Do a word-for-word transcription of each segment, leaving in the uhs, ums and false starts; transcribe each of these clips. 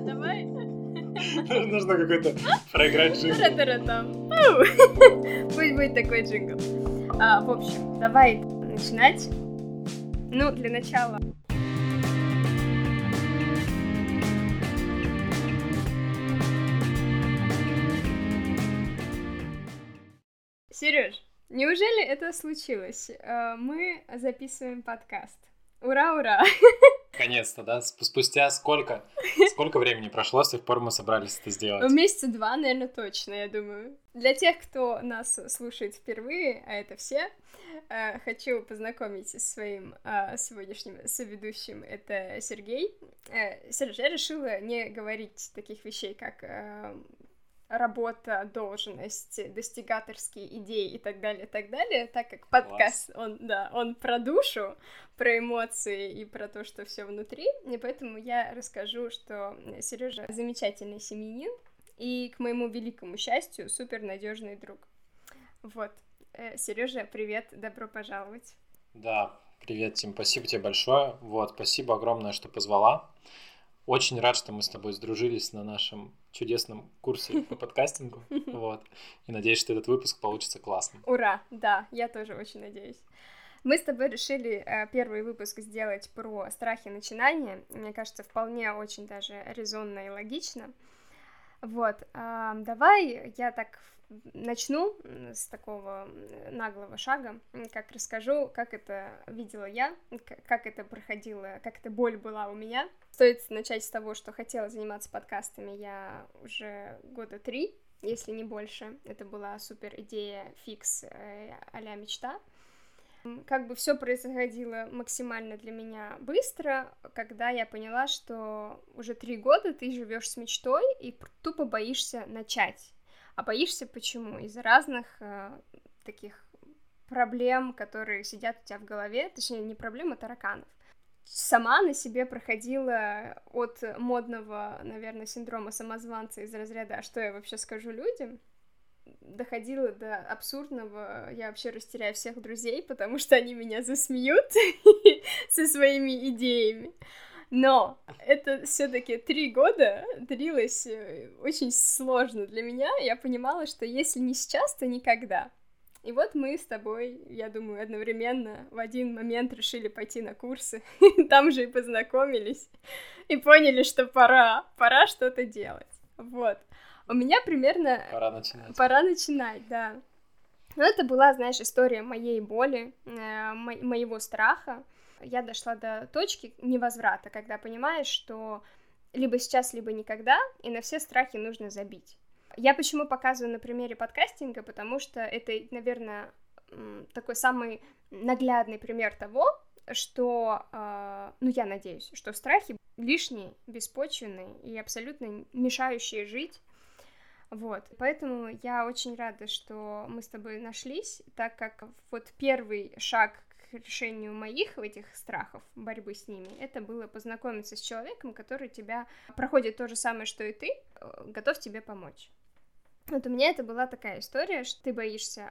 Давай. Нужно какой-то проиграть джингл. Тара-тара-там. Пусть будет такой джингл. А, в общем, давай начинать. Ну, для начала. Серёж, неужели это случилось? Мы записываем подкаст. Ура, ура! Наконец-то, да? Спустя сколько? Сколько времени прошло, с тех пор мы собрались это сделать? Месяца два, наверное, точно, я думаю. Для тех, кто нас слушает впервые, а это все, хочу познакомить со своим сегодняшним соведущим. Это Сергей. Серёж, я решила не говорить таких вещей, как работа, должность, достигаторские идеи и так далее, и так далее, так как подкаст, он, да, он про душу, про эмоции и про то, что все внутри, и поэтому я расскажу, что Сережа замечательный семьянин и, к моему великому счастью, супер надежный друг. Вот. Сережа, привет, добро пожаловать. Да, привет, Тим, спасибо тебе большое, вот, спасибо огромное, что позвала. Очень рад, что мы с тобой сдружились на нашем чудесном курсе по подкастингу, вот, и надеюсь, что этот выпуск получится классным. Ура, да, я тоже очень надеюсь. Мы с тобой решили э, первый выпуск сделать про страхи начинания, мне кажется, вполне очень даже резонно и логично. Вот, э, давай я так начну с такого наглого шага, как расскажу, как это видела я, как это проходило, как эта боль была у меня. Стоит начать с того, что хотела заниматься подкастами я уже года три, если не больше. Это была супер идея, фикс, а-ля мечта. Как бы все происходило максимально для меня быстро, когда я поняла, что уже три года ты живешь с мечтой и тупо боишься начать. А боишься почему? Из-за разных э, таких проблем, которые сидят у тебя в голове, точнее, не проблем, а тараканов. Сама на себе проходила от модного, наверное, синдрома самозванца из разряда «а что я вообще скажу людям?», доходила до абсурдного, я вообще растеряю всех друзей, потому что они меня засмеют со своими идеями. Но это все-таки три года длилось очень сложно для меня. Я понимала, что если не сейчас, то никогда. И вот мы с тобой, я думаю, одновременно в один момент решили пойти на курсы. Там же и познакомились. И поняли, что пора, пора что-то делать. Вот. У меня примерно... Пора начинать. Пора начинать, да. Но это была, знаешь, история моей боли, мо- моего страха. Я дошла до точки невозврата, когда понимаешь, что либо сейчас, либо никогда, и на все страхи нужно забить. Я почему показываю на примере подкастинга, потому что это, наверное, такой самый наглядный пример того, что, ну, я надеюсь, что страхи лишние, беспочвенные и абсолютно мешающие жить. Вот, поэтому я очень рада, что мы с тобой нашлись, так как вот первый шаг к решению моих этих страхов, борьбы с ними, это было познакомиться с человеком, который тебя проходит то же самое, что и ты, готов тебе помочь. Вот у меня это была такая история, что ты боишься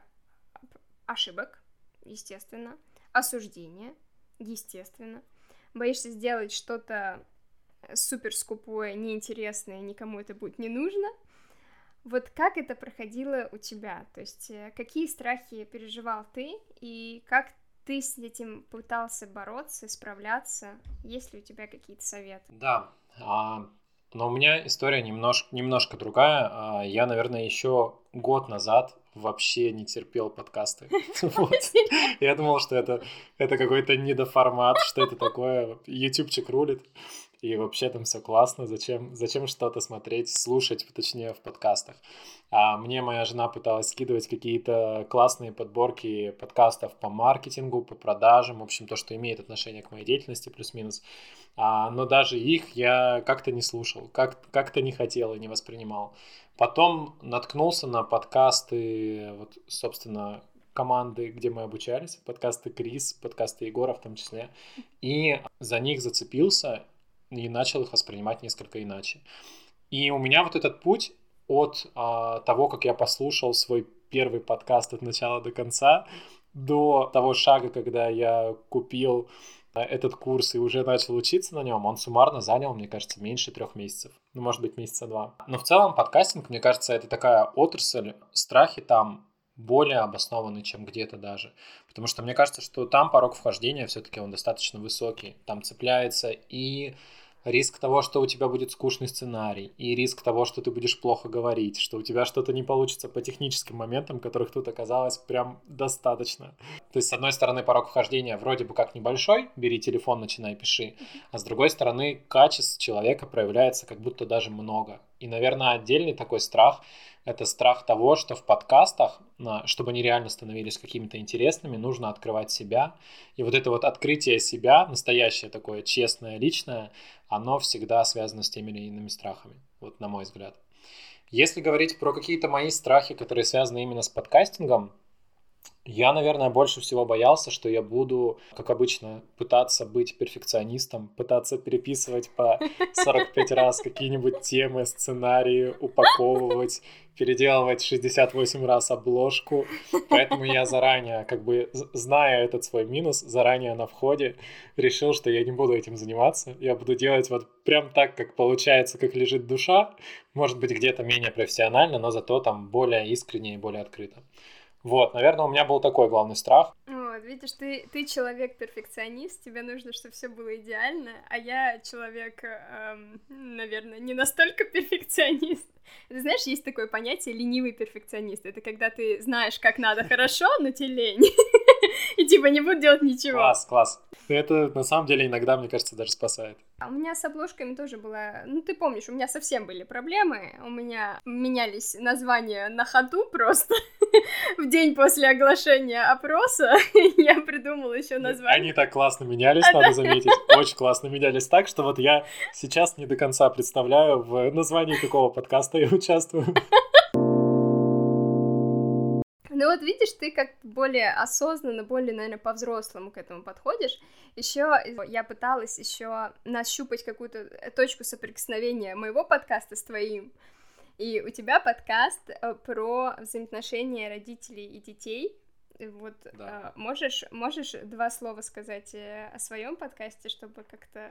ошибок, естественно, осуждения, естественно, боишься сделать что-то супер скупое, неинтересное, никому это будет не нужно. Вот как это проходило у тебя? То есть какие страхи переживал ты, и как ты с этим пытался бороться, справляться? Есть ли у тебя какие-то советы? Да, а, но у меня история немножко, немножко другая. А, я, наверное, еще год назад вообще не терпел подкасты. Я думал, что это какой-то недоформат, что это такое, ютубчик рулит. И вообще там все классно, зачем, зачем что-то смотреть, слушать, точнее, в подкастах. А мне моя жена пыталась скидывать какие-то классные подборки подкастов по маркетингу, по продажам, в общем, то, что имеет отношение к моей деятельности, плюс-минус. А, но даже их я как-то не слушал, как- как-то не хотел и не воспринимал. Потом наткнулся на подкасты, вот, собственно, команды, где мы обучались, подкасты Крис, подкасты Егора в том числе, и за них зацепился и начал их воспринимать несколько иначе. И у меня вот этот путь от а, того, как я послушал свой первый подкаст от начала до конца, до того шага, когда я купил этот курс и уже начал учиться на нем, он суммарно занял, мне кажется, меньше трех месяцев. Ну, может быть, месяца два. Но в целом подкастинг, мне кажется, это такая отрасль, страхи там более обоснованы, чем где-то даже. Потому что мне кажется, что там порог вхождения все-таки он достаточно высокий. Там цепляется и риск того, что у тебя будет скучный сценарий, и риск того, что ты будешь плохо говорить, что у тебя что-то не получится по техническим моментам, которых тут оказалось прям достаточно. То есть, с одной стороны, порог вхождения вроде бы как небольшой, бери телефон, начинай, пиши, а с другой стороны, качеств человека проявляется как будто даже много. И, наверное, отдельный такой страх — это страх того, что в подкастах, чтобы они реально становились какими-то интересными, нужно открывать себя. И вот это вот открытие себя, настоящее такое, честное, личное, оно всегда связано с теми или иными страхами, вот на мой взгляд. Если говорить про какие-то мои страхи, которые связаны именно с подкастингом, я, наверное, больше всего боялся, что я буду, как обычно, пытаться быть перфекционистом, пытаться переписывать по сорок пять раз какие-нибудь темы, сценарии, упаковывать, переделывать шестьдесят восемь раз обложку. Поэтому я заранее, как бы, зная этот свой минус, заранее на входе решил, что я не буду этим заниматься. Я буду делать вот прям так, как получается, как лежит душа. Может быть, где-то менее профессионально, но зато там более искренне и более открыто. Вот, наверное, у меня был такой главный страх. Вот, видишь, ты, ты человек-перфекционист, тебе нужно, чтобы все было идеально, а я человек, эм, наверное, не настолько перфекционист. Ты знаешь, есть такое понятие ленивый перфекционист. Это когда ты знаешь, как надо хорошо, но тебе лень. И типа не буду делать ничего. Класс, класс. Это на самом деле иногда, мне кажется, даже спасает. А у меня с обложками тоже была... Ну, ты помнишь, у меня совсем были проблемы. У меня менялись названия на ходу просто. В день после оглашения опроса я придумала еще название. Они так классно менялись, надо заметить. Очень классно менялись так, что вот я сейчас не до конца представляю, в названии какого подкаста я участвую. Ну вот видишь, ты как более осознанно, более, наверное, по-взрослому к этому подходишь. Еще я пыталась еще нащупать какую-то точку соприкосновения моего подкаста с твоим. И у тебя подкаст про взаимоотношения родителей и детей. Вот, да. можешь, можешь два слова сказать о своем подкасте, чтобы как-то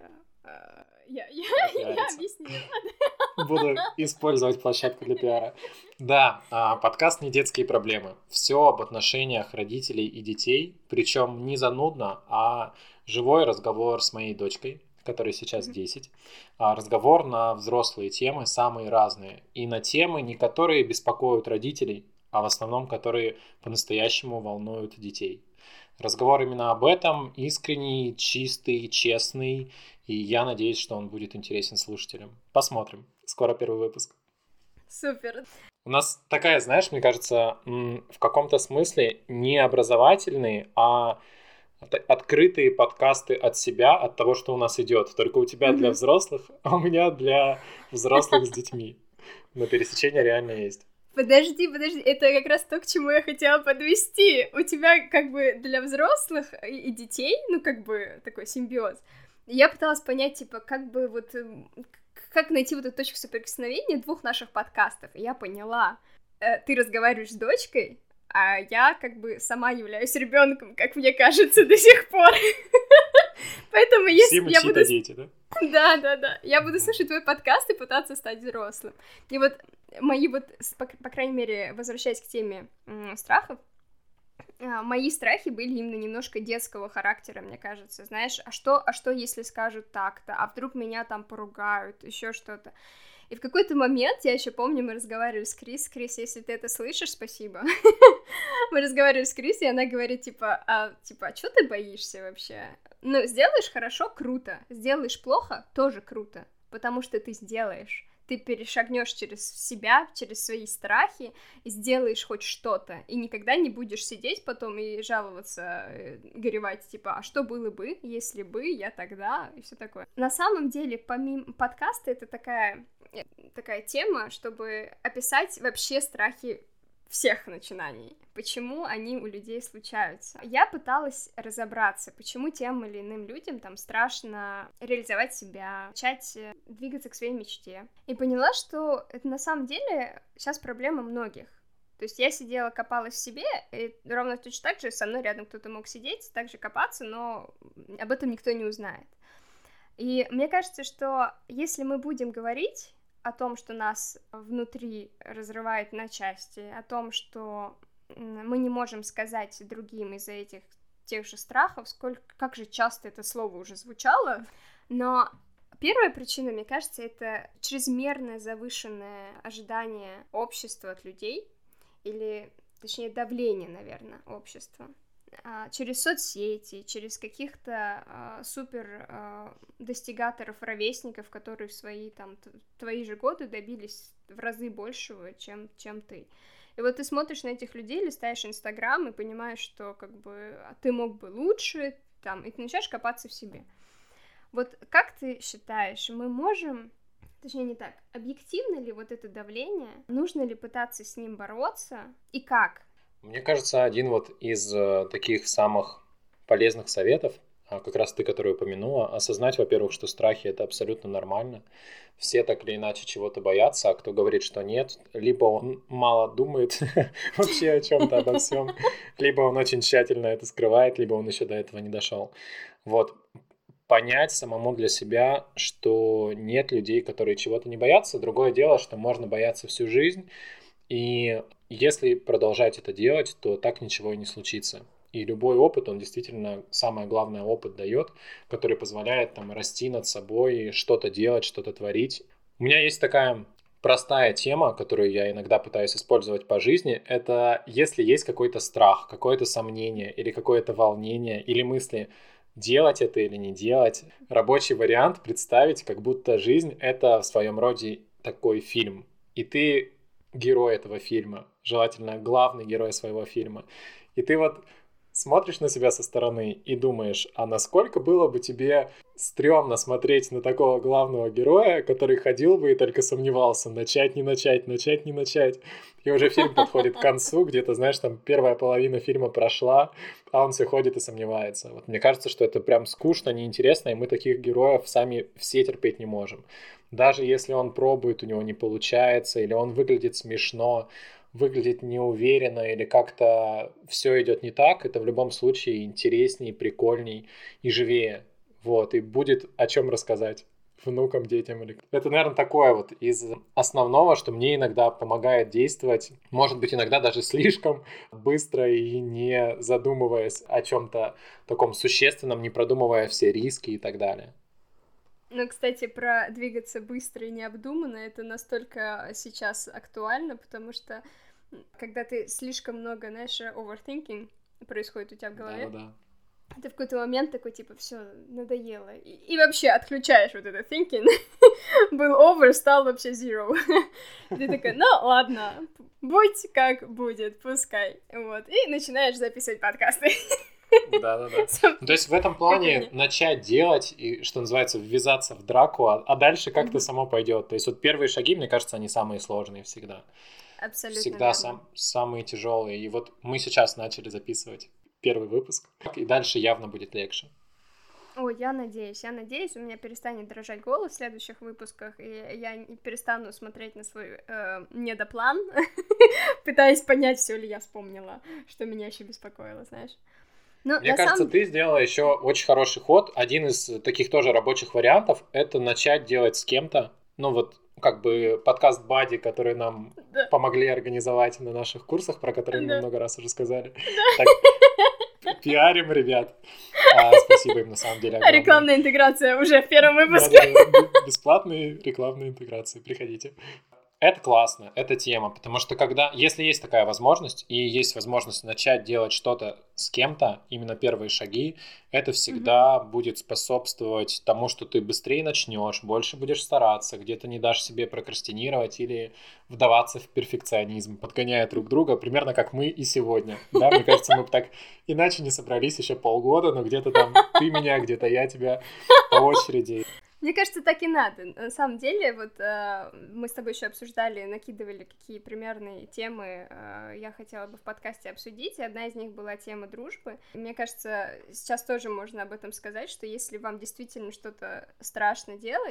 я, я, я объяснила. Буду использовать площадку для пиара. Да, подкаст «Не детские проблемы». Все об отношениях родителей и детей, причем не занудно, а живой разговор с моей дочкой, которой сейчас десять. Разговор на взрослые темы, самые разные. И на темы, не которые беспокоят родителей, а в основном, которые по-настоящему волнуют детей. Разговор именно об этом искренний, чистый, честный, и я надеюсь, что он будет интересен слушателям. Посмотрим. Скоро первый выпуск. Супер. У нас такая, знаешь, мне кажется, в каком-то смысле не образовательный, а открытые подкасты от себя, от того, что у нас идет. Только у тебя mm-hmm. для взрослых, а у меня для взрослых с детьми. Но пересечение реально есть. Подожди, подожди, это как раз то, к чему я хотела подвести. У тебя как бы для взрослых и детей, ну как бы такой симбиоз. Я пыталась понять, типа, как бы вот, как найти вот эту точку соприкосновения двух наших подкастов. И я поняла, ты разговариваешь с дочкой, а я как бы сама являюсь ребенком, как мне кажется, до сих пор. Поэтому если Все мы я буду... дети, да? Да, да, да. Я буду слушать твой подкаст и пытаться стать взрослым. И вот мои вот, по, по крайней мере, возвращаясь к теме м- страхов, а, мои страхи были именно немножко детского характера, мне кажется. Знаешь, а что, а что если скажут так-то? А вдруг меня там поругают, еще что-то? И в какой-то момент, я еще помню, мы разговаривали с Крис. Крис, если ты это слышишь, спасибо. Мы разговаривали с Крис, и она говорит, типа, а, типа, а что ты боишься вообще? Ну, сделаешь хорошо — круто, сделаешь плохо — тоже круто, потому что ты сделаешь. Ты перешагнешь через себя, через свои страхи и сделаешь хоть что-то, и никогда не будешь сидеть потом и жаловаться, горевать, типа, а что было бы, если бы я тогда, и все такое. На самом деле, помимо подкаста, это такая, такая тема, чтобы описать вообще страхи всех начинаний, почему они у людей случаются. Я пыталась разобраться, почему тем или иным людям там страшно реализовать себя, начать двигаться к своей мечте. И поняла, что это на самом деле сейчас проблема многих. То есть я сидела, копалась в себе, и ровно точно так же со мной рядом кто-то мог сидеть, также копаться, но об этом никто не узнает. И мне кажется, что если мы будем говорить о том, что нас внутри разрывает на части, о том, что мы не можем сказать другим из-за этих тех же страхов, сколько, как же часто это слово уже звучало, но первая причина, мне кажется, это чрезмерное завышенное ожидание общества от людей, или, точнее, давление, наверное, общества. Через соцсети, через каких-то а, супер а, достигаторов, ровесников, которые в свои там твои же годы добились в разы большего, чем, чем ты. И вот ты смотришь на этих людей, листаешь Инстаграм и понимаешь, что как бы ты мог бы лучше, там, и ты начинаешь копаться в себе. Вот как ты считаешь, мы можем, точнее не так, объективно ли вот это давление, нужно ли пытаться с ним бороться и как? Мне кажется, один вот из э, таких самых полезных советов, а, как раз ты, который упомянула, осознать, во-первых, что страхи — это абсолютно нормально. Все так или иначе чего-то боятся, а кто говорит, что нет, либо он мало думает вообще о чем-то, обо всем, либо он очень тщательно это скрывает, либо он еще до этого не дошел. Вот. Понять самому для себя, что нет людей, которые чего-то не боятся. Другое дело, что можно бояться всю жизнь, и если продолжать это делать, то так ничего и не случится. И любой опыт, он действительно, самое главное, опыт дает, который позволяет там расти над собой, что-то делать, что-то творить. У меня есть такая простая тема, которую я иногда пытаюсь использовать по жизни, это если есть какой-то страх, какое-то сомнение или какое-то волнение или мысли, делать это или не делать, рабочий вариант представить, как будто жизнь — это в своем роде такой фильм. И ты герой этого фильма, желательно главный герой своего фильма. И ты вот смотришь на себя со стороны и думаешь, а насколько было бы тебе стрёмно смотреть на такого главного героя, который ходил бы и только сомневался, начать, не начать, начать, не начать. И уже фильм подходит к концу, где-то, знаешь, там первая половина фильма прошла, а он все ходит и сомневается. Вот мне кажется, что это прям скучно, неинтересно, и мы таких героев сами все терпеть не можем. Даже если он пробует, у него не получается, или он выглядит смешно, выглядит неуверенно, или как-то все идет не так, это в любом случае интереснее, прикольней и живее. Вот, и будет о чем рассказать внукам, детям. Это, наверное, такое вот из основного, что мне иногда помогает действовать, может быть, иногда даже слишком быстро и не задумываясь о чем-то таком существенном, не продумывая все риски и так далее. Ну, кстати, про двигаться быстро и необдуманно, это настолько сейчас актуально, потому что когда ты слишком много, знаешь, overthinking происходит у тебя в голове, да, да. ты в какой-то момент такой, типа, все надоело, и, и вообще отключаешь вот это thinking, был over, стал вообще zero. Ты такая, ну, ладно, будь как будет, пускай, вот, и начинаешь записывать подкасты. Да-да-да. Ну, то есть в этом плане начать делать и, что называется, ввязаться в драку, а, а дальше как-то mm-hmm. само пойдет. То есть вот первые шаги, мне кажется, они самые сложные всегда. Абсолютно. Всегда сам, самые тяжелые. И вот мы сейчас начали записывать первый выпуск, и дальше явно будет легче. Ой, я надеюсь, я надеюсь, у меня перестанет дрожать голос в следующих выпусках, и я перестану смотреть на свой э, недоплан, пытаясь понять, все ли я вспомнила, что меня еще беспокоило, знаешь. Но Мне кажется, самом... ты сделала еще очень хороший ход. Один из таких тоже рабочих вариантов — это начать делать с кем-то. Ну вот, как бы подкаст Бади, который нам да. помогли организовать на наших курсах, про которые да. мы много раз уже сказали. Да. Так, пиарим, ребят. А, спасибо им, на самом деле, огромное. Рекламная интеграция уже в первом выпуске. Да-да-да. Бесплатные рекламные интеграции. Приходите. Это классно, это тема, потому что когда, если есть такая возможность, и есть возможность начать делать что-то с кем-то, именно первые шаги, это всегда mm-hmm. будет способствовать тому, что ты быстрее начнешь, больше будешь стараться, где-то не дашь себе прокрастинировать или вдаваться в перфекционизм, подгоняя друг друга, примерно как мы и сегодня. Да, мне кажется, мы бы так иначе не собрались еще полгода, но где-то там ты меня, где-то я тебя по очереди. Мне кажется, так и надо. На самом деле, вот э, мы с тобой еще обсуждали, накидывали, какие примерные темы э, я хотела бы в подкасте обсудить, и одна из них была тема дружбы. И мне кажется, сейчас тоже можно об этом сказать, что если вам действительно что-то страшно делать,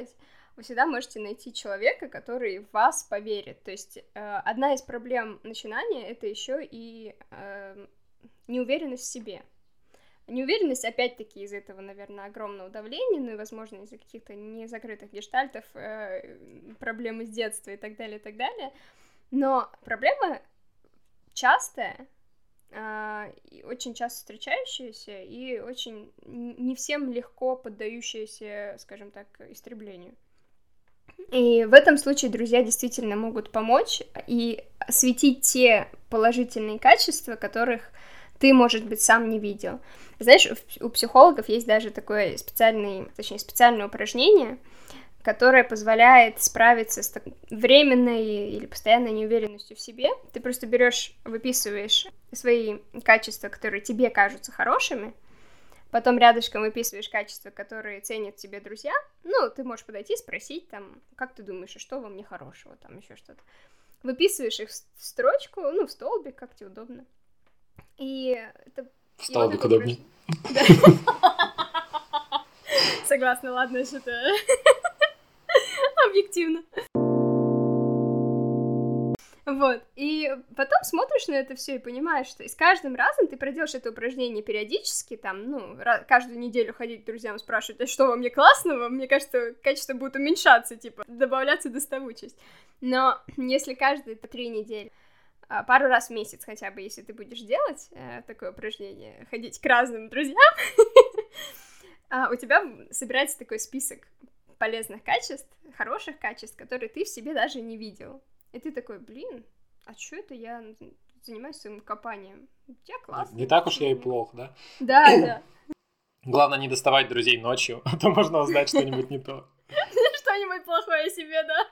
вы всегда можете найти человека, который в вас поверит. То есть э, одна из проблем начинания — это еще и э, неуверенность в себе. Неуверенность, опять-таки, из этого, наверное, огромного давления, ну и, возможно, из-за каких-то незакрытых гештальтов, э, проблемы с детства и так далее, и так далее. Но проблема частая, э, очень часто встречающаяся и очень не всем легко поддающаяся, скажем так, истреблению. И в этом случае друзья действительно могут помочь и осветить те положительные качества, которых ты, может быть, сам не видел. Знаешь, у психологов есть даже такое специальное, точнее, специальное упражнение, которое позволяет справиться с временной или постоянной неуверенностью в себе. Ты просто берешь, выписываешь свои качества, которые тебе кажутся хорошими, потом рядышком выписываешь качества, которые ценят тебе друзья. Ну, ты можешь подойти и спросить, там, как ты думаешь, а что во мне хорошего, там, еще что-то. Выписываешь их в строчку, ну, в столбик, как тебе удобно. И это... В столбик удобнее. Согласна, ладно, что-то объективно. Вот, и потом смотришь на это все и понимаешь, что и с каждым разом ты проделаешь это упражнение периодически, там, ну, каждую неделю ходить к друзьям, спрашивать, а что во мне классного, мне кажется, качество будет уменьшаться, типа, добавляться доставучесть. Но если каждые по три недели, пару раз в месяц хотя бы, если ты будешь делать э, такое упражнение, ходить к разным друзьям, у тебя собирается такой список полезных качеств, хороших качеств, которые ты в себе даже не видел. И ты такой, блин, а что это я занимаюсь своим копанием? У тебя классно. Не так уж я и плох, да? Да, да. Главное не доставать друзей ночью, а то можно узнать что-нибудь не то. Что-нибудь плохое о себе, да?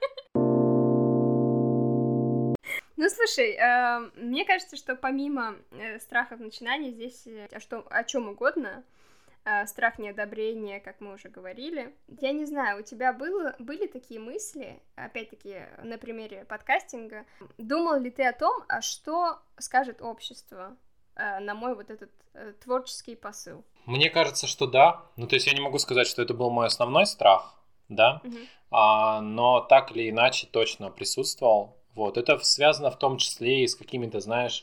Ну, слушай, э, мне кажется, что помимо э, страхов начинания здесь э, о, что, о чем угодно, э, страх неодобрения, как мы уже говорили, я не знаю, у тебя было, были такие мысли, опять-таки на примере подкастинга, думал ли ты о том, а что скажет общество э, на мой вот этот э, творческий посыл? Мне кажется, что да, ну, то есть я не могу сказать, что это был мой основной страх, да, угу. а, но так или иначе точно присутствовал. Вот, это связано в том числе и с какими-то, знаешь,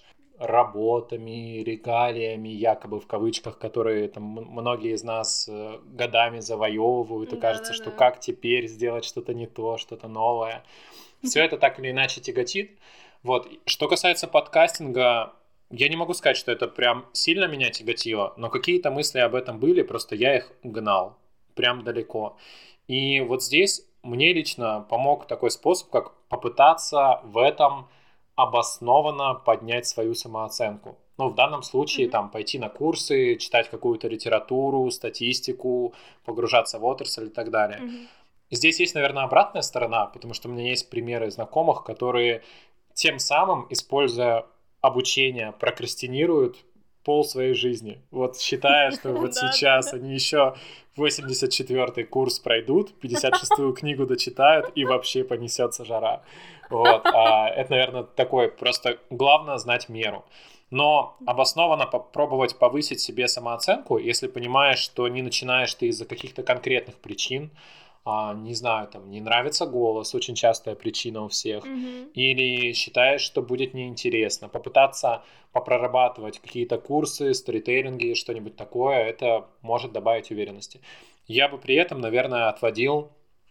работами, регалиями, якобы в кавычках, которые там многие из нас годами завоевывают, и да, кажется, да, что да. как теперь сделать что-то не то, что-то новое. Все это так или иначе тяготит. Вот, что касается подкастинга, я не могу сказать, что это прям сильно меня тяготило, но какие-то мысли об этом были, просто я их гнал прям далеко. И вот здесь мне лично помог такой способ, как попытаться в этом обоснованно поднять свою самооценку. Ну, в данном случае, mm-hmm. там, пойти на курсы, читать какую-то литературу, статистику, погружаться в отрасль и так далее. Mm-hmm. Здесь есть, наверное, обратная сторона, потому что у меня есть примеры знакомых, которые тем самым, используя обучение, прокрастинируют пол своей жизни. Вот считая, что вот сейчас они еще восемьдесят четвёртый курс пройдут, пятьдесят шестую книгу дочитают, и вообще понесется жара. Вот. А это, наверное, такое просто главное знать меру. Но обоснованно попробовать повысить себе самооценку, если понимаешь, что не начинаешь ты из-за каких-то конкретных причин, а, не знаю, там, не нравится голос, очень частая причина у всех, mm-hmm. или считаешь, что будет неинтересно, попытаться попрорабатывать какие-то курсы, сторителлинги, что-нибудь такое, это может добавить уверенности. Я бы при этом, наверное, отводил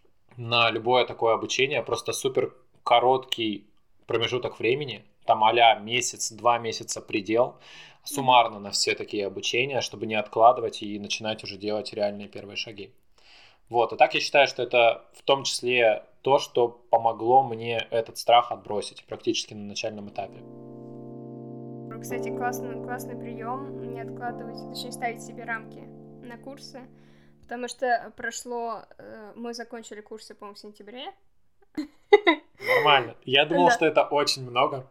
на любое такое обучение просто супер короткий промежуток времени, там а-ля месяц, два месяца предел, суммарно на все такие обучения, чтобы не откладывать и начинать уже делать реальные первые шаги. Вот, а так я считаю, что это в том числе то, что помогло мне этот страх отбросить практически на начальном этапе. Кстати, классный, классный прием не откладывать, точнее ставить себе рамки на курсы, потому что прошло, мы закончили курсы, по-моему, в сентябре. Нормально. Я думал, да. что это очень много,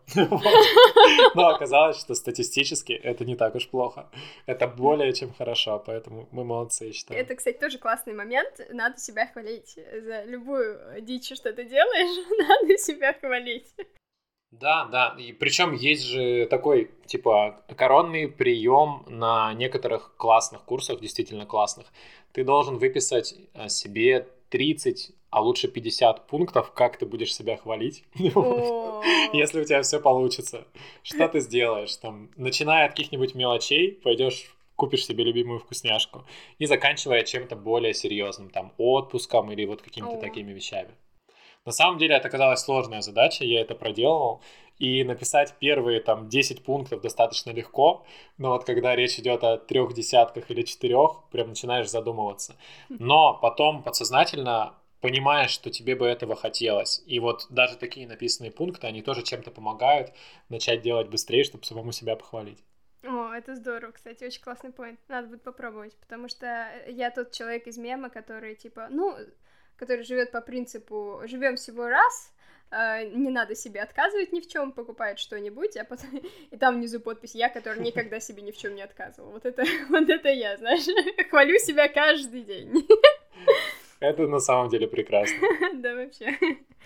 но оказалось, что статистически это не так уж плохо. Это более чем хорошо, поэтому мы молодцы, я считаю. Это, кстати, тоже классный момент. Надо себя хвалить за любую дичь, что ты делаешь. Надо себя хвалить. Да, да, и причем есть же такой, типа, коронный прием на некоторых классных курсах, действительно классных. Ты должен выписать себе тридцать, а лучше пятьдесят пунктов, как ты будешь себя хвалить, если у тебя все получится. Что ты сделаешь? Там, начиная от каких-нибудь мелочей, пойдешь купишь себе любимую вкусняшку и заканчивая чем-то более серьезным, там, отпуском или вот какими-то такими вещами. На самом деле это оказалась сложная задача, я это проделывал, и написать первые там десять пунктов достаточно легко, но вот когда речь идет о трех десятках или четырех, прям начинаешь задумываться. Но потом подсознательно понимаешь, что тебе бы этого хотелось. И вот даже такие написанные пункты, они тоже чем-то помогают начать делать быстрее, чтобы самому себя похвалить. О, это здорово, кстати, очень классный поинт. Надо будет попробовать, потому что я тот человек из мема, который, типа, ну, который живет по принципу «живем всего раз», э, не надо себе отказывать ни в чем, покупает что-нибудь, а потом и там внизу подпись «я, который никогда себе ни в чем не отказывал». Вот это, вот это я, знаешь, хвалю себя каждый день. Это на самом деле прекрасно. Да, вообще.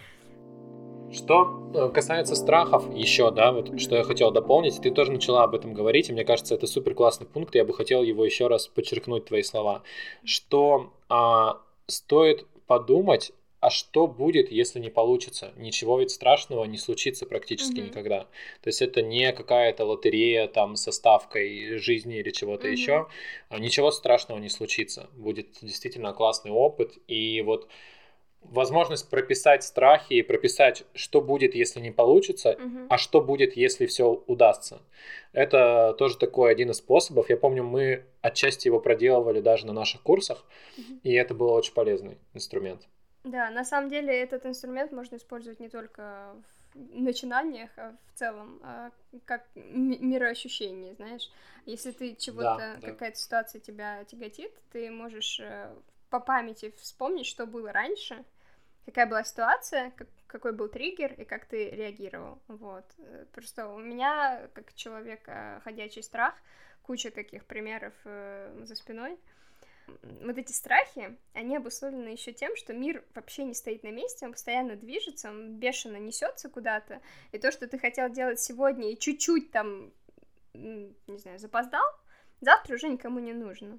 Что касается страхов еще, да, вот что я хотел дополнить, ты тоже начала об этом говорить, и мне кажется, это супер классный пункт, я бы хотел его еще раз подчеркнуть, твои слова, что а, стоит подумать, а что будет, если не получится? Ничего ведь страшного не случится практически mm-hmm. никогда. То есть это не какая-то лотерея там со ставкой жизни или чего-то mm-hmm. еще. Ничего страшного не случится. Будет действительно классный опыт, и вот возможность прописать страхи и прописать, что будет, если не получится, uh-huh. а что будет, если все удастся. Это тоже такой один из способов. Я помню, мы отчасти его проделывали даже на наших курсах, uh-huh. и это был очень полезный инструмент. Да, на самом деле этот инструмент можно использовать не только в начинаниях, а в целом, а как мироощущение, знаешь. Если ты чего-то, да, да. какая-то ситуация тебя тяготит, ты можешь по памяти вспомнить, что было раньше, какая была ситуация, как, какой был триггер и как ты реагировал, вот. Просто у меня, как человека, ходячий страх, куча таких примеров э, за спиной. Вот эти страхи, они обусловлены еще тем, что мир вообще не стоит на месте, он постоянно движется, он бешено несется куда-то, и то, что ты хотел делать сегодня и чуть-чуть там, не знаю, запоздал, завтра уже никому не нужно.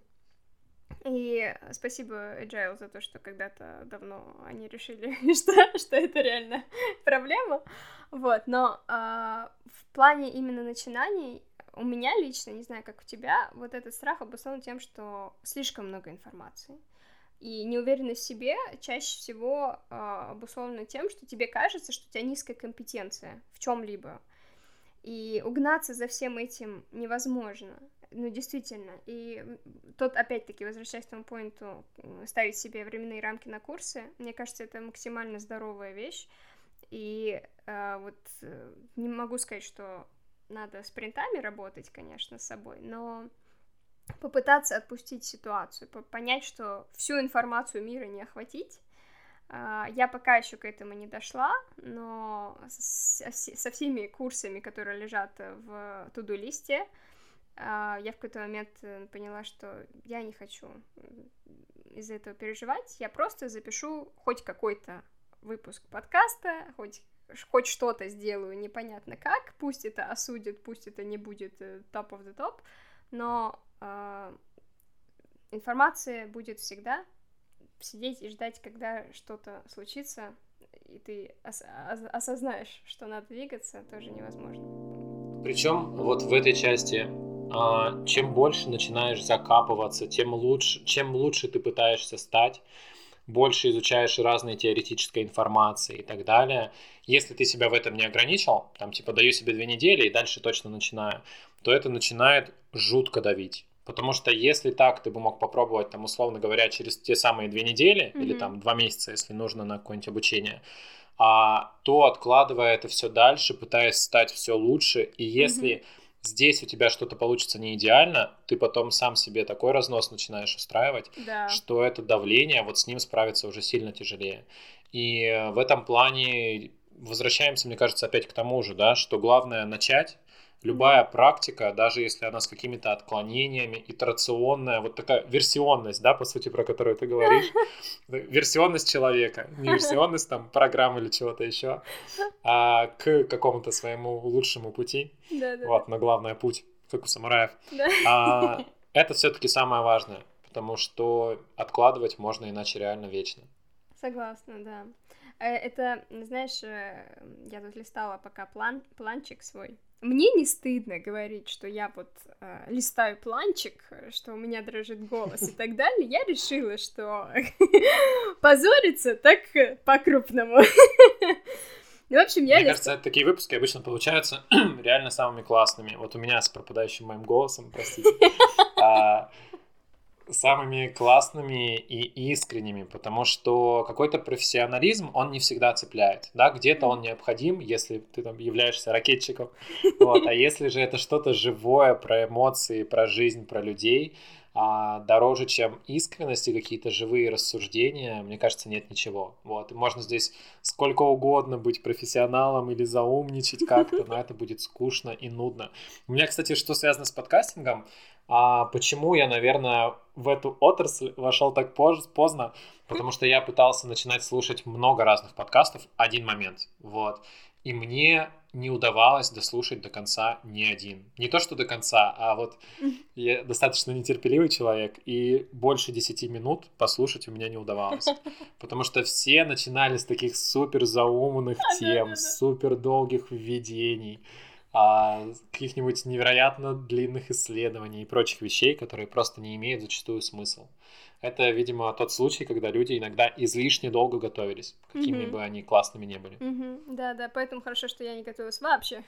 И спасибо Agile за то, что когда-то давно они решили, что, что это реально проблема. Вот, но а, в плане именно начинаний у меня лично, не знаю, как у тебя, вот этот страх обусловлен тем, что слишком много информации. И неуверенность в себе чаще всего а, обусловлена тем, что тебе кажется, что у тебя низкая компетенция в чем-либо. И угнаться за всем этим невозможно. Ну, действительно. И тут, опять-таки, возвращаясь к тому поинту, ставить себе временные рамки на курсы, мне кажется, это максимально здоровая вещь. И э, вот э, не могу сказать, что надо спринтами работать, конечно, с собой, но попытаться отпустить ситуацию, понять, что всю информацию мира не охватить. Э, я пока еще к этому не дошла, но со, со всеми курсами, которые лежат в to-do-листе, я в какой-то момент поняла, что я не хочу из-за этого переживать, я просто запишу хоть какой-то выпуск подкаста, хоть, хоть что-то сделаю непонятно как, пусть это осудит, пусть это не будет top of the top, но э, информация будет всегда, сидеть и ждать, когда что-то случится, и ты ос- осознаешь, что надо двигаться, тоже невозможно. Причем вот в этой части чем больше начинаешь закапываться, тем лучше, чем лучше ты пытаешься стать, больше изучаешь разные теоретической информации и так далее. Если ты себя в этом не ограничил, там типа даю себе две недели и дальше точно начинаю, то это начинает жутко давить. Потому что если так, ты бы мог попробовать, там, условно говоря, через те самые две недели mm-hmm. или там два месяца, если нужно на какое-нибудь обучение, а, то откладывая это все дальше, пытаясь стать все лучше, и если mm-hmm. здесь у тебя что-то получится не идеально, ты потом сам себе такой разнос начинаешь устраивать, да. что это давление, вот с ним справиться уже сильно тяжелее. И в этом плане возвращаемся, мне кажется, опять к тому же, да, что главное начать. Любая практика, даже если она с какими-то отклонениями, итерационная, вот такая версионность, да, по сути, про которую ты говоришь, версионность человека, не версионность там программы или чего-то еще, а к какому-то своему лучшему пути, да, да. вот, но главное путь, как у самураев, да. а, это все-таки самое важное, потому что откладывать можно иначе реально вечно. Согласна, да. Это, знаешь, я тут листала пока план, планчик свой. Мне не стыдно говорить, что я вот э, листаю планчик, что у меня дрожит голос и так далее. Я решила, что позориться так по-крупному. В общем, я... Мне кажется, такие выпуски обычно получаются реально самыми классными. Вот у меня с пропадающим моим голосом, простите. Самыми классными и искренними, потому что какой-то профессионализм, он не всегда цепляет, да, где-то он необходим, если ты там являешься ракетчиком, вот, а если же это что-то живое, про эмоции, про жизнь, про людей, а дороже, чем искренность и какие-то живые рассуждения, мне кажется, нет ничего, вот, и можно здесь сколько угодно быть профессионалом или заумничать как-то, но это будет скучно и нудно. У меня, кстати, что связано с подкастингом, А почему я, наверное, в эту отрасль вошел так поздно? Потому что я пытался начинать слушать много разных подкастов в один момент, вот. И мне не удавалось дослушать до конца ни один. Не то, что до конца, а вот я достаточно нетерпеливый человек, и больше десяти минут послушать у меня не удавалось. Потому что все начинали с таких супер заумных тем, супер долгих введений, каких-нибудь невероятно длинных исследований и прочих вещей, которые просто не имеют зачастую смысл. Это, видимо, тот случай, когда люди иногда излишне долго готовились, какими mm-hmm. бы они классными не были. Mm-hmm. Да, да, поэтому хорошо, что я не готовилась вообще.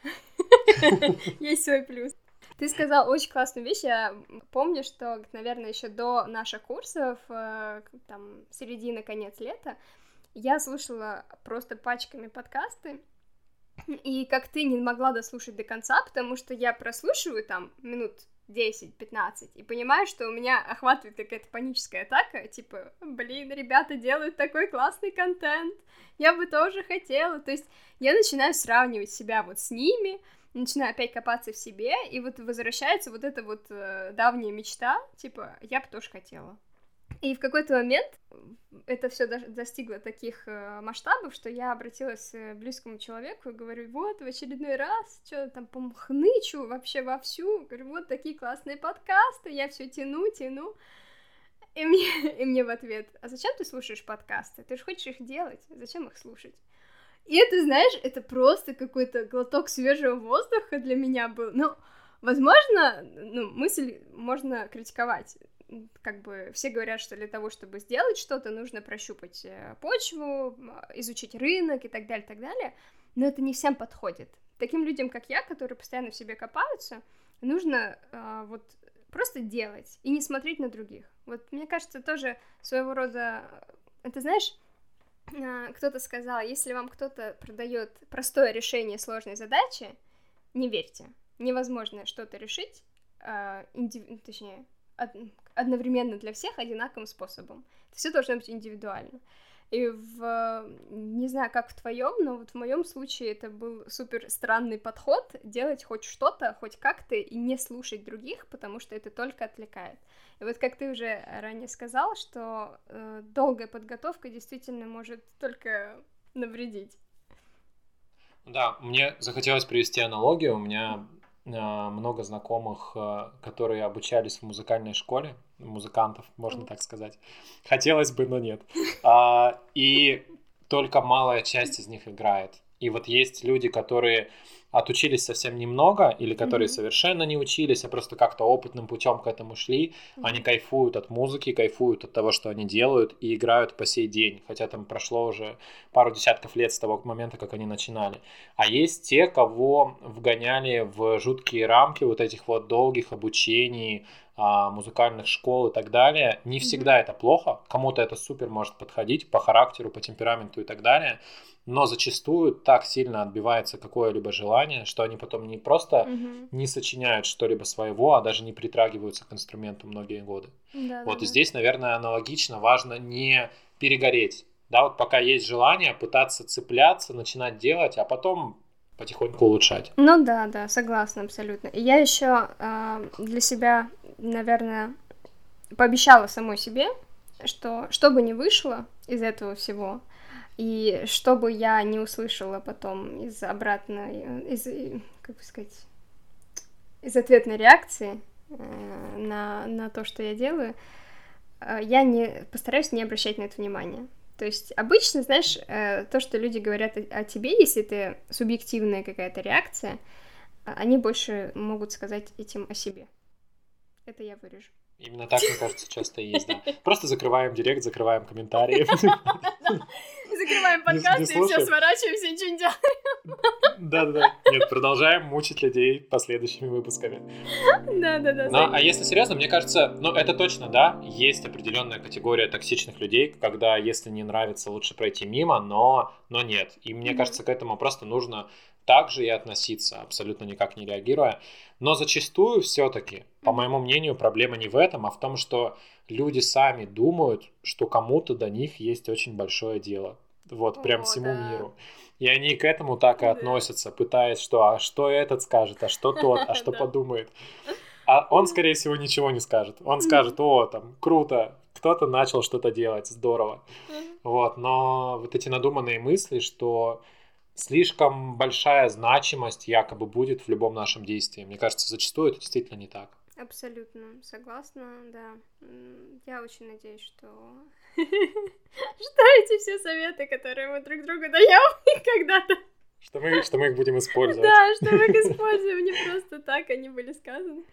Есть свой плюс. Ты сказал очень классную вещь. Я помню, что, наверное, еще до наших курсов, там, середина, конец лета, я слушала просто пачками подкасты. И как ты не могла дослушать до конца, потому что я прослушиваю там минут десять-пятнадцать и понимаю, что у меня охватывает какая-то паническая атака, типа, блин, ребята делают такой классный контент, я бы тоже хотела. То есть я начинаю сравнивать себя вот с ними, начинаю опять копаться в себе, и вот возвращается вот эта вот э, давняя мечта, типа, я бы тоже хотела. И в какой-то момент это все достигло таких э, масштабов, что я обратилась к близкому человеку и говорю, вот, в очередной раз, что там, по-моему, хнычу вообще вовсю, говорю, вот такие классные подкасты, я все тяну, тяну. И мне, и мне в ответ, а зачем ты слушаешь подкасты? Ты же хочешь их делать, зачем их слушать? И это, знаешь, это просто какой-то глоток свежего воздуха для меня был. Ну, возможно, ну, мысль можно критиковать. Как бы все говорят, что для того, чтобы сделать что-то, нужно прощупать почву, изучить рынок и так далее, так далее, но это не всем подходит. Таким людям, как я, которые постоянно в себе копаются, нужно э, вот просто делать и не смотреть на других. Вот мне кажется, тоже своего рода, это знаешь, э, кто-то сказал, если вам кто-то продает простое решение сложной задачи, не верьте, невозможно что-то решить, э, индиви... точнее, одновременно для всех одинаковым способом. Это все должно быть индивидуально. И в... не знаю, как в твоем, но вот в моем случае это был супер странный подход, делать хоть что-то, хоть как-то, и не слушать других, потому что это только отвлекает. И вот как ты уже ранее сказал, что э, долгая подготовка действительно может только навредить. Да, мне захотелось привести аналогию. У меня много знакомых, которые обучались в музыкальной школе, музыкантов, можно так сказать. Хотелось бы, но нет. И только малая часть из них играет. И вот есть люди, которые отучились совсем немного, или которые mm-hmm. совершенно не учились, а просто как-то опытным путем к этому шли. Mm-hmm. Они кайфуют от музыки, кайфуют от того, что они делают, и играют по сей день, хотя там прошло уже пару десятков лет с того момента, как они начинали. А есть те, кого вгоняли в жуткие рамки вот этих вот долгих обучений, музыкальных школ и так далее. Не всегда mm-hmm. это плохо, кому-то это супер может подходить по характеру, по темпераменту и так далее, но зачастую так сильно отбивается какое-либо желание, что они потом не просто mm-hmm. не сочиняют что-либо своего, а даже не притрагиваются к инструменту многие годы. Да, вот да, и здесь, наверное, аналогично важно не перегореть, да, вот пока есть желание пытаться цепляться, начинать делать, а потом потихоньку улучшать. Ну да, да, согласна абсолютно. И я еще э, для себя, наверное, пообещала самой себе, что что бы ни вышло из этого всего, и что бы я не услышала потом из обратной, из, как бы сказать, из ответной реакции э, на, на то, что я делаю, э, я не постараюсь не обращать на это внимания. То есть обычно, знаешь, то, что люди говорят о тебе, если это субъективная какая-то реакция, они больше могут сказать этим о себе. Это я вырежу. Именно так, мне кажется, часто и есть, да. Просто закрываем директ, закрываем комментарии. Закрываем подкаст и все, сворачиваемся, ничего не делаем. Да-да-да. Нет, продолжаем мучить людей последующими выпусками. Да-да-да. Ну, а если серьезно, мне кажется, ну, это точно, да, есть определенная категория токсичных людей, когда, если не нравится, лучше пройти мимо, но, но нет. И мне кажется, к этому просто нужно также и относиться, абсолютно никак не реагируя. Но зачастую все-таки, по моему мнению, проблема не в этом, а в том, что люди сами думают, что кому-то до них есть очень большое дело. Вот, О, прям всему да. миру. И они к этому так и да. относятся, пытаясь, что а что этот скажет, а что тот, а что подумает. А он, скорее всего, ничего не скажет. Он скажет: о, там, круто, кто-то начал что-то делать, здорово. Вот, но вот эти надуманные мысли, что слишком большая значимость якобы будет в любом нашем действии. Мне кажется, зачастую это действительно не так. Абсолютно согласна, да. Я очень надеюсь, что что эти все советы, которые мы друг другу даем, когда-то что мы, что мы их будем использовать. Да, что мы их используем не просто так, они были сказаны.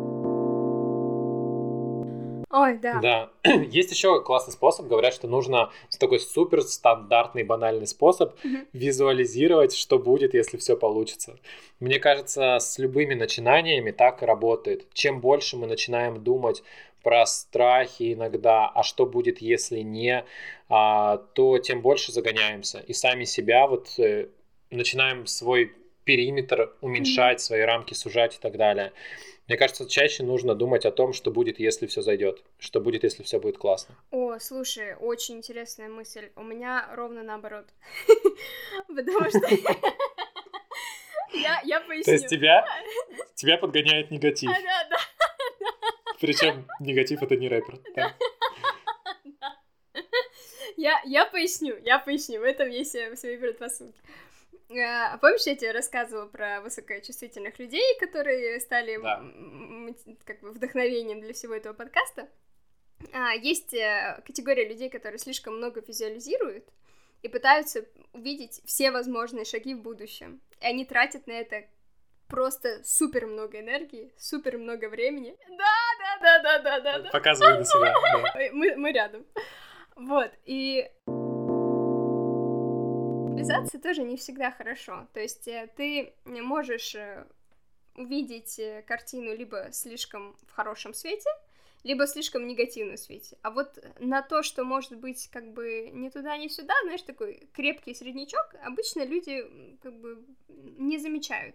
Ой, да. Да. Есть еще классный способ. Говорят, что нужно такой супер стандартный банальный способ mm-hmm. визуализировать, что будет, если все получится. Мне кажется, с любыми начинаниями так и работает. Чем больше мы начинаем думать про страхи иногда, а что будет, если не, то тем больше загоняемся. И сами себя вот начинаем свой периметр уменьшать, mm-hmm. свои рамки сужать и так далее. Мне кажется, чаще нужно думать о том, что будет, если все зайдет, что будет, если все будет классно. О, слушай, очень интересная мысль. У меня ровно наоборот. Потому что я поясню. То есть тебя тебя подгоняет негатив. Да, да. Причем негатив — это не рэпер. Я я поясню, я поясню. В этом есть свои предпосылки. А помнишь, я тебе рассказывала про высокочувствительных людей, которые стали да. м- как бы вдохновением для всего этого подкаста? А, есть категория людей, которые слишком много визуализируют и пытаются увидеть все возможные шаги в будущем. И они тратят на это просто супер много энергии, супер много времени. Да, да, да, да, да, да. Показывай на себя. Да. Мы, мы рядом. Вот, и... Визуализация тоже не всегда хорошо. То есть ты можешь увидеть картину либо слишком в хорошем свете, либо в слишком негативном свете. А вот на то, что может быть как бы ни туда, ни сюда, знаешь, такой крепкий среднячок, обычно люди как бы не замечают.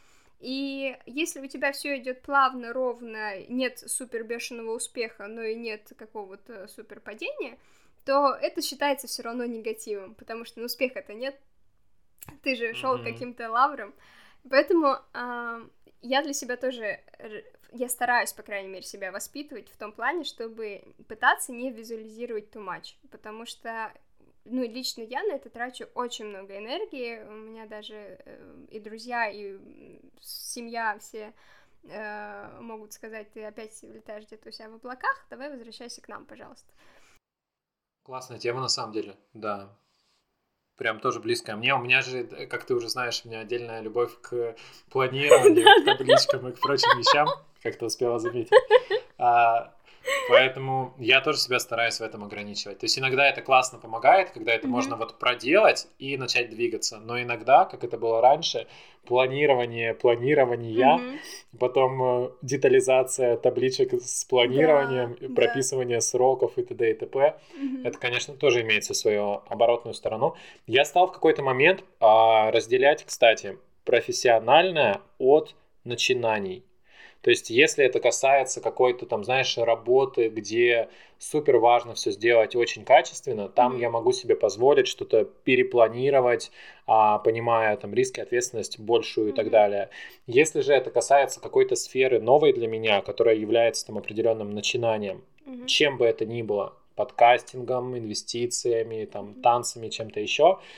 И если у тебя все идет плавно, ровно, нет супер бешеного успеха, но и нет какого-то супер падения, то это считается все равно негативом, потому что ну, успеха-то нет, ты же шел mm-hmm. каким-то лавром, поэтому э, я для себя тоже, я стараюсь, по крайней мере, себя воспитывать в том плане, чтобы пытаться не визуализировать too much, потому что, ну, лично я на это трачу очень много энергии, у меня даже э, и друзья, и семья все э, могут сказать: ты опять летаешь где-то у себя в облаках, давай возвращайся к нам, пожалуйста. Классная тема, на самом деле, да. Прям тоже близкая мне. У меня же, как ты уже знаешь, у меня отдельная любовь к планированию, к табличкам и к прочим вещам, как ты успела заметить. А, поэтому я тоже себя стараюсь в этом ограничивать. То есть иногда это классно помогает, когда это mm-hmm. можно вот проделать и начать двигаться. Но иногда, как это было раньше, планирование, планирование, mm-hmm. потом э, детализация табличек с планированием, да, прописывание да. сроков и т.д. и т.п. Mm-hmm. Это, конечно, тоже имеет свою оборотную сторону. Я стал в какой-то момент э, разделять, кстати, профессиональное от начинаний. То есть, если это касается какой-то там, знаешь, работы, где супер важно все сделать очень качественно, там mm-hmm. я могу себе позволить что-то перепланировать, а, понимая там риски, ответственность большую mm-hmm. и так далее. Если же это касается какой-то сферы новой для меня, которая является там определенным начинанием, mm-hmm. чем бы это ни было, подкастингом, инвестициями, там, mm-hmm. танцами, чем-то еще,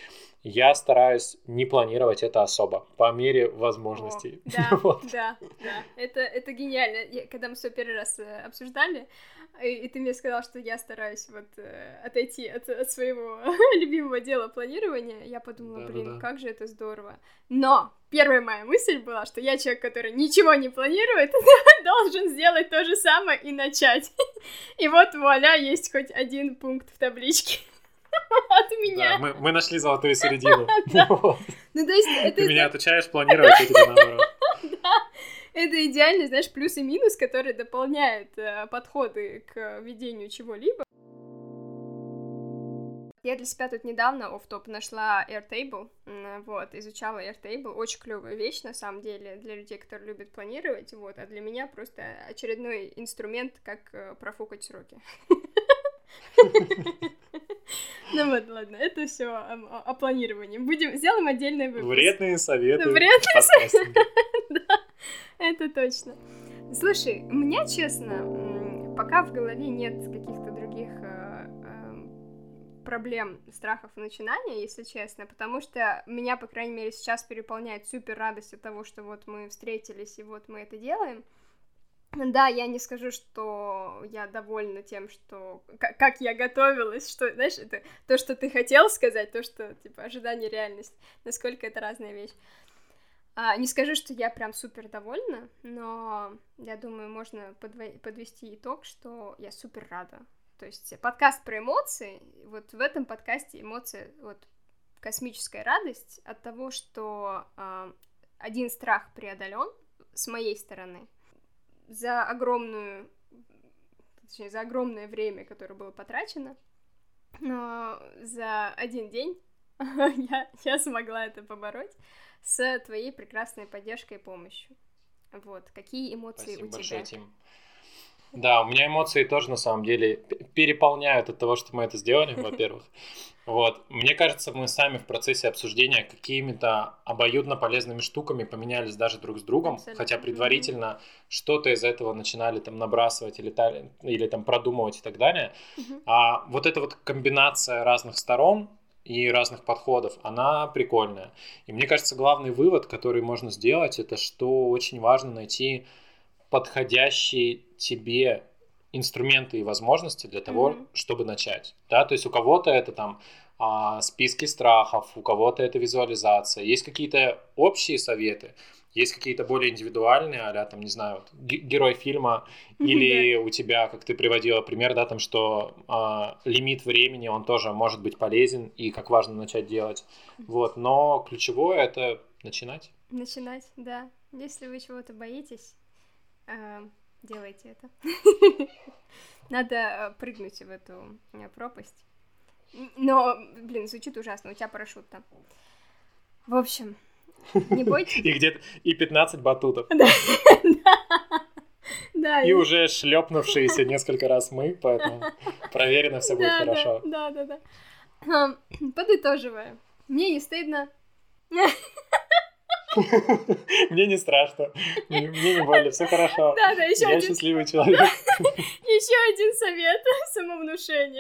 я стараюсь не планировать это особо, по мере возможностей. О, да, вот. да, да, это, это гениально. Я, когда мы с тобой первый раз обсуждали, и, и ты мне сказал, что я стараюсь вот отойти от, от своего любимого дела планирования, я подумала, да, блин, да, да. как же это здорово. Но первая моя мысль была, что я человек, который ничего не планирует, должен сделать то же самое и начать. И вот вуаля, есть хоть один пункт в табличке. От меня. Да, мы, мы нашли золотую середину. Ну, то есть, это... Ты меня отучаешь планировать, я тебе наоборот. Да, это идеально, знаешь, плюс и минус, которые дополняют подходы к ведению чего-либо. Я для себя тут недавно офф-топ нашла Airtable, вот, изучала Airtable, очень клевая вещь, на самом деле, для людей, которые любят планировать, вот, а для меня просто очередной инструмент, как профукать сроки. Ну вот, ладно, это все о, о планировании. Будем, сделаем отдельный выпуск. Вредные советы. Вредные советы. Да, это точно. Слушай, у меня, честно, пока в голове нет каких-то других э, э, проблем, страхов и начинания, если честно, потому что меня, по крайней мере, сейчас переполняет супер радость от того, что вот мы встретились и вот мы это делаем. Да, я не скажу, что я довольна тем, что... Как, как я готовилась, что, знаешь, это то, что ты хотел сказать, то, что, типа, ожидание, реальность, насколько это разная вещь. А, не скажу, что я прям супер довольна, но я думаю, можно подво- подвести итог, что я супер рада. То есть подкаст про эмоции, вот в этом подкасте эмоции, вот космическая радость от того, что а, один страх преодолен с моей стороны, за огромную, точнее, за огромное время, которое было потрачено, но за один день я, я смогла это побороть с твоей прекрасной поддержкой и помощью. Вот, какие эмоции Спасибо у тебя? Большое, Тим. Да, у меня эмоции тоже, на самом деле, переполняют от того, что мы это сделали, во-первых. Вот. Мне кажется, мы сами в процессе обсуждения какими-то обоюдно полезными штуками поменялись даже друг с другом, абсолютно. Хотя предварительно mm-hmm. что-то из этого начинали там набрасывать или, или там продумывать и так далее. Mm-hmm. А вот эта вот комбинация разных сторон и разных подходов, она прикольная. И мне кажется, главный вывод, который можно сделать, это что очень важно найти подходящие тебе инструменты и возможности для того, mm-hmm. чтобы начать. Да? То есть у кого-то это там а, списки страхов, у кого-то это визуализация. Есть какие-то общие советы, есть какие-то более индивидуальные, а-ля, там, не знаю, вот, г- герой фильма, mm-hmm. или у тебя, как ты приводила пример, да, там, что а, лимит времени, он тоже может быть полезен, и как важно начать делать. Mm-hmm. Вот. Но ключевое — это начинать. Начинать, да. Если вы чего-то боитесь, делайте это. Надо прыгнуть в эту пропасть. Но, блин, звучит ужасно, у тебя парашют там. В общем, не бойтесь. И где-то и пятнадцать батутов. Да. И уже шлепнувшиеся несколько раз мы, поэтому проверено, все будет хорошо. Да, да, да. Подытоживая, мне не стыдно. Мне не страшно, мне не больно, все хорошо. Да, да, еще Я один... счастливый человек. Еще один совет самовнушения.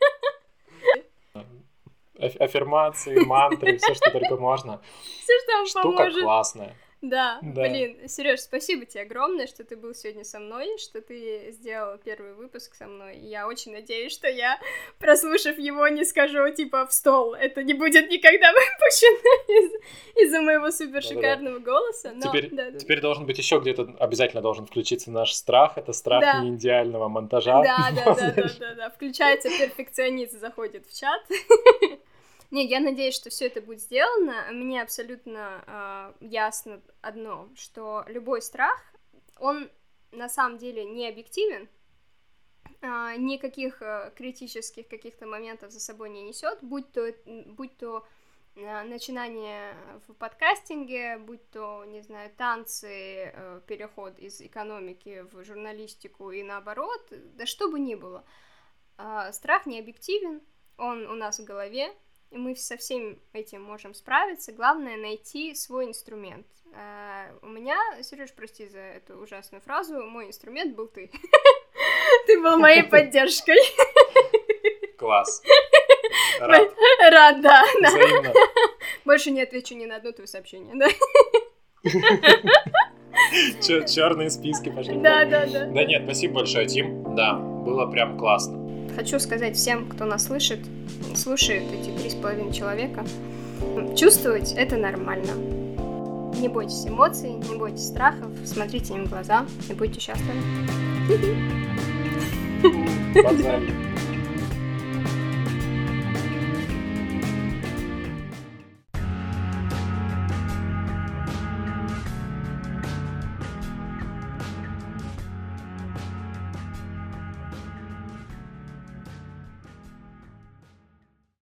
Аффирмации, мантры, все, что только можно. Все, что вам Штука поможет. Классная. Да, да, блин, Серёж, спасибо тебе огромное, что ты был сегодня со мной, что ты сделал первый выпуск со мной. Я очень надеюсь, что я, прослушав его, не скажу, типа, в стол. Это не будет никогда выпущено из- из-за моего супер шикарного да, да, да. голоса. Но... Теперь, да, да. теперь должен быть еще где-то, обязательно должен включиться наш страх. Это страх да. неидеального монтажа. Да, да, да, да, да, да. Включается перфекционист, заходит в чат. Не, я надеюсь, что все это будет сделано. Мне абсолютно э, ясно одно, что любой страх, он на самом деле не объективен, э, никаких э, критических каких-то моментов за собой не несет, будь то, будь то э, начинание в подкастинге, будь то, не знаю, танцы, э, переход из экономики в журналистику и наоборот, да что бы ни было. Э, страх не объективен, он у нас в голове. И мы со всем этим можем справиться. Главное — найти свой инструмент. Uh, у меня, Серёж, прости за эту ужасную фразу, мой инструмент был ты. Ты был моей поддержкой. Класс. Рад. Рад, да. Взаимно. Больше не отвечу ни на одно твое сообщение, да? Черные списки пошли. Да, да, да. Да нет, спасибо большое, Тим. Да, было прям классно. Хочу сказать всем, кто нас слышит, слушает эти три с половиной человека, чувствовать это нормально. Не бойтесь эмоций, не бойтесь страхов, смотрите им в глаза и будьте счастливы. Базарь.